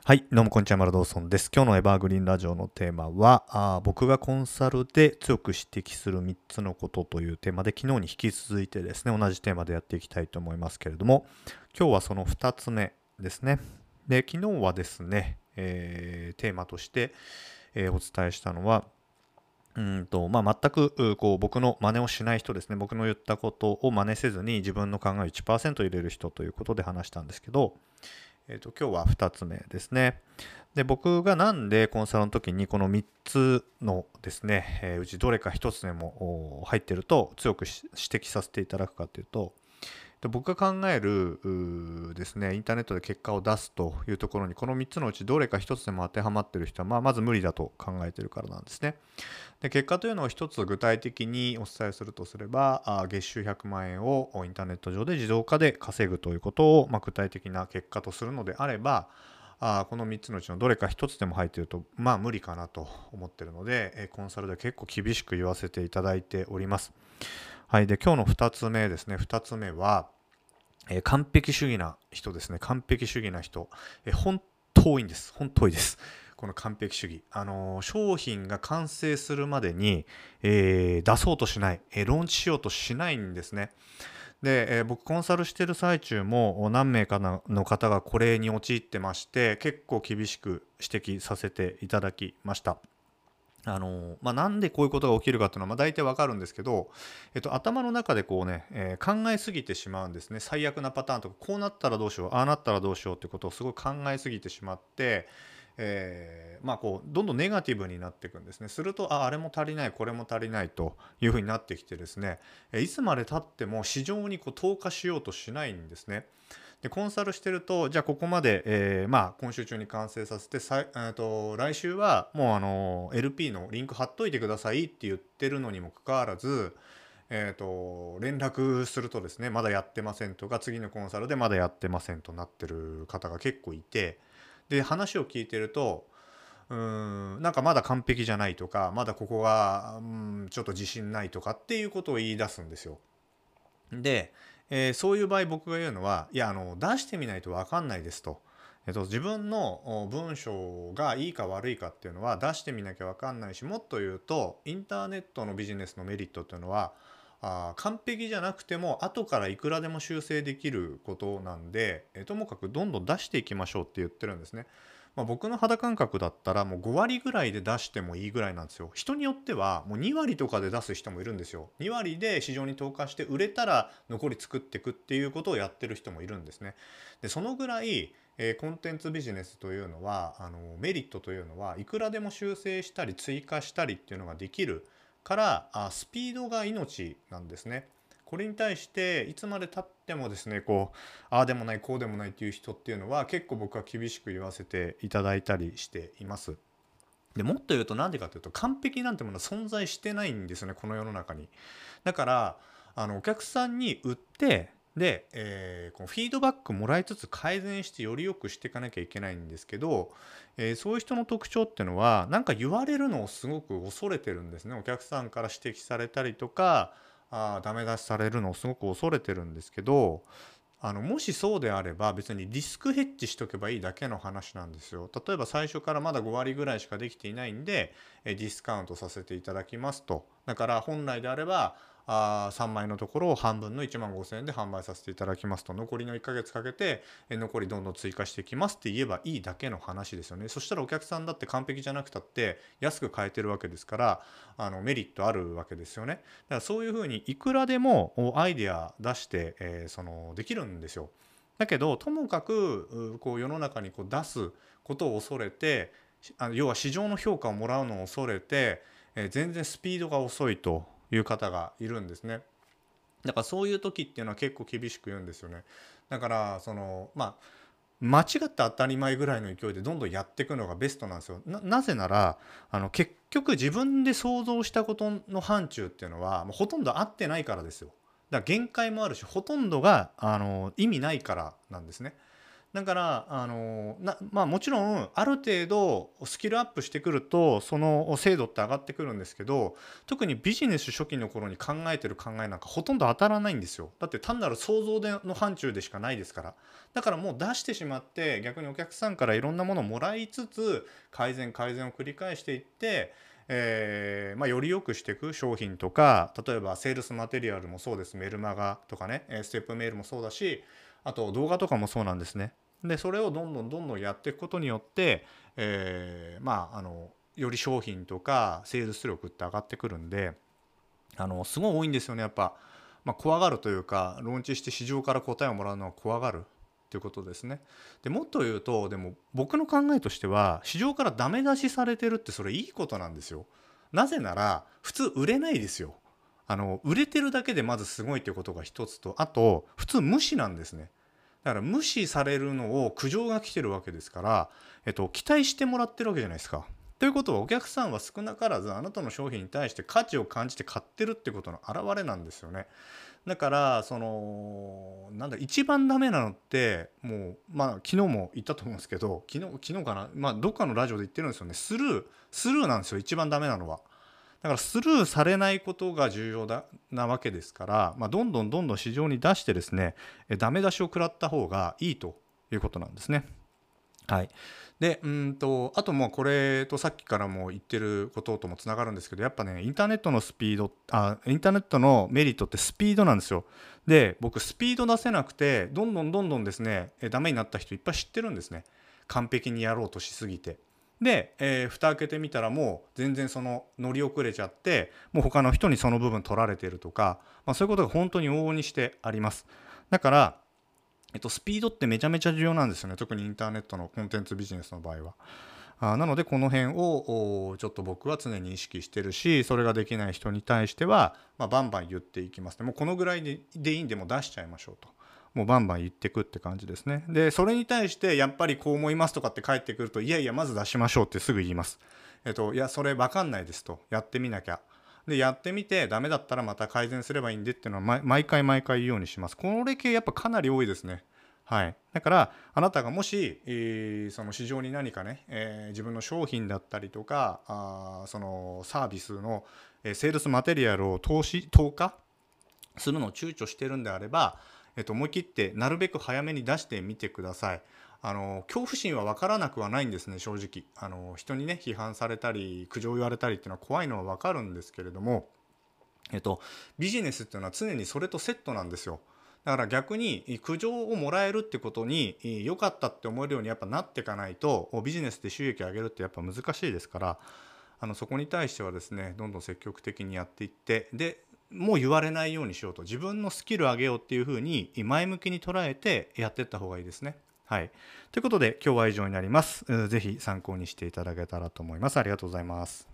はい、どうもこんにちは、マルドーソンです。今日のエバーグリーンラジオのテーマは、僕がコンサルで強く指摘する3つのことというテーマで、昨日に引き続いてですね、同じテーマでやっていきたいと思いますけれども、今日はその2つ目ですね。で、昨日はですね、テーマとして、お伝えしたのは、全く僕の真似をしない人ですね。僕の言ったことを真似せずに自分の考えを1%入れる人ということで話したんですけど、今日は2つ目ですね。で、僕がなんでコンサルの時にこの3つのですね、うちどれか1つでも入ってると強く指摘させていただくかというと、僕が考えるですね、インターネットで結果を出すというところにこの3つのうちどれか1つでも当てはまっている人は、まず無理だと考えているからなんですね。で、結果というのを一つ具体的にお伝えするとすれば、月収100万円をインターネット上で自動化で稼ぐということを、具体的な結果とするのであれば、この3つのうちのどれか1つでも入っていると無理かなと思っているので、コンサルで結構厳しく言わせていただいております。はい。で、今日の2つ目ですね。2つ目は、完璧主義な人ですね。完璧主義な人。本当多いんです。本当多いです。この完璧主義。商品が完成するまでに、出そうとしない、ローンチしようとしないんですね。で、僕コンサルしてる最中も何名かの方がこれに陥ってまして、結構厳しく指摘させていただきました。なんでこういうことが起きるかっていうのは、大体わかるんですけど、頭の中でこうね、考えすぎてしまうんですね。最悪なパターンとか、こうなったらどうしよう、ああなったらどうしようってことをすごい考えすぎてしまって、どんどんネガティブになっていくんですね。すると、あれも足りない、これも足りないというふうになってきてですね、いつまで経っても市場に投下しようとしないんですね。で、コンサルしてると、じゃあここまで、今週中に完成させて、来週はもうLP のリンク貼っといてくださいって言ってるのにもかかわらず、連絡するとですね、まだやってませんとか、次のコンサルでまだやってませんとなってる方が結構いて、で、話を聞いてると、なんかまだ完璧じゃないとか、まだここが、ちょっと自信ないとかっていうことを言い出すんですよ。で、そういう場合僕が言うのは、いや、出してみないと分かんないですと。自分の文章がいいか悪いかっていうのは出してみなきゃ分かんないし、もっと言うと、インターネットのビジネスのメリットっていうのは、完璧じゃなくても後からいくらでも修正できることなんで、ともかくどんどん出していきましょうって言ってるんですね。僕の肌感覚だったらもう5割ぐらいで出してもいいぐらいなんですよ。人によってはもう2割とかで出す人もいるんですよ。2割で市場に投下して売れたら残り作っていくっていうことをやってる人もいるんですね。で、そのぐらい、コンテンツビジネスというのはメリットというのはいくらでも修正したり追加したりっていうのができるからスピードが命なんですね。これに対していつまで経ってもですね、ああでもないこうでもないっていう人っていうのは結構僕は厳しく言わせていただいたりしています。で、もっと言うとなんでかというと、完璧なんてものは存在してないんですよね、この世の中に。だからお客さんに売って、で、このフィードバックもらいつつ改善してより良くしていかなきゃいけないんですけど、そういう人の特徴っていうのはなんか言われるのをすごく恐れてるんですね。お客さんから指摘されたりとか、ダメ出しされるのをすごく恐れてるんですけど、もしそうであれば別にリスクヘッジしとけばいいだけの話なんですよ。例えば最初からまだ5割ぐらいしかできていないんで、ディスカウントさせていただきますと。だから本来であれば3枚のところを半分の1万5千円で販売させていただきますと、残りの1ヶ月かけて残りどんどん追加していきますって言えばいいだけの話ですよね。そしたらお客さんだって完璧じゃなくたって安く買えてるわけですから、メリットあるわけですよね。だからそういうふうにいくらでもアイデア出して、できるんですよ。だけどともかく世の中に出すことを恐れて、要は市場の評価をもらうのを恐れて、全然スピードが遅いという方がいるんですね。だからそういう時っていうのは結構厳しく言うんですよね。だから間違って当たり前ぐらいの勢いでどんどんやっていくのがベストなんですよ。なぜなら結局自分で想像したことの範疇っていうのはもうほとんど合ってないからですよ。だから限界もあるし、ほとんどが意味ないからなんですね。 だからもちろんある程度スキルアップしてくるとその精度って上がってくるんですけど、特にビジネス初期の頃に考えてる考えなんかほとんど当たらないんですよ。だって単なる想像の範疇でしかないですから。だからもう出してしまって逆にお客さんからいろんなものをもらいつつ改善を繰り返していって、より良くしていく商品とか、例えばセールスマテリアルもそうです。メルマガとかね、ステップメールもそうだし、あと動画とかもそうなんですね。でそれをどんどんやっていくことによって、より商品とかセールス力って上がってくるんで、すごい多いんですよねやっぱ。怖がるというか、ローンチして市場から答えをもらうのは怖がるということですね。でもっと言うと、でも僕の考えとしては市場からダメ出しされてるってそれいいことなんですよ。なぜなら普通売れないですよ。売れてるだけでまずすごいということが一つと、あと普通無視なんですね。だから無視されるのを苦情が来てるわけですから、期待してもらってるわけじゃないですか。ということはお客さんは少なからずあなたの商品に対して価値を感じて買ってるってことの表れなんですよね。だから一番ダメなのってもう昨日も言ったと思うんですけど、昨日かな、どっかのラジオで言ってるんですよね。スルーなんですよ、一番ダメなのは。だからスルーされないことが重要なわけですから、どんどん市場に出してですね、ダメ出しを食らった方がいいということなんですね。はい。で、あともうこれとさっきからも言ってることともつながるんですけど、やっぱね、インターネットのメリットってスピードなんですよ。で、僕スピード出せなくて、どんどんですね、ダメになった人いっぱい知ってるんですね。完璧にやろうとしすぎて。で、蓋開けてみたらもう全然乗り遅れちゃって、もう他の人にその部分取られてるとか、そういうことが本当に往々にしてあります。だから、スピードってめちゃめちゃ重要なんですよね。特にインターネットのコンテンツビジネスの場合は。なのでこの辺をちょっと僕は常に意識してるし、それができない人に対しては、バンバン言っていきますね。もうこのぐらいでいいんでもう出しちゃいましょうと。もうバンバン言ってくって感じですね。で、それに対してやっぱりこう思いますとかって返ってくると、いやいやまず出しましょうってすぐ言います。いやそれ分かんないですと。やってみなきゃ。でやってみてダメだったらまた改善すればいいんでっていうのは毎回言うようにします。これ系やっぱかなり多いですね。はい、だからあなたがもし、その市場に何かね、自分の商品だったりとかそのサービスの、セールスマテリアルを投下するのを躊躇してるんであれば、思い切ってなるべく早めに出してみてください。恐怖心は分からなくはないんですね、正直。人にね批判されたり苦情言われたりっていうのは怖いのは分かるんですけれども、ビジネスっていうのは常にそれとセットなんですよ。だから逆に苦情をもらえるってことに良かったって思えるようにやっぱなっていかないと、ビジネスで収益を上げるってやっぱ難しいですから、そこに対してはですねどんどん積極的にやっていって、でもう言われないようにしようと、自分のスキルを上げようっていうふうに前向きに捉えてやっていった方がいいですね。はい。ということで今日は以上になります。ぜひ参考にしていただけたらと思います。ありがとうございます。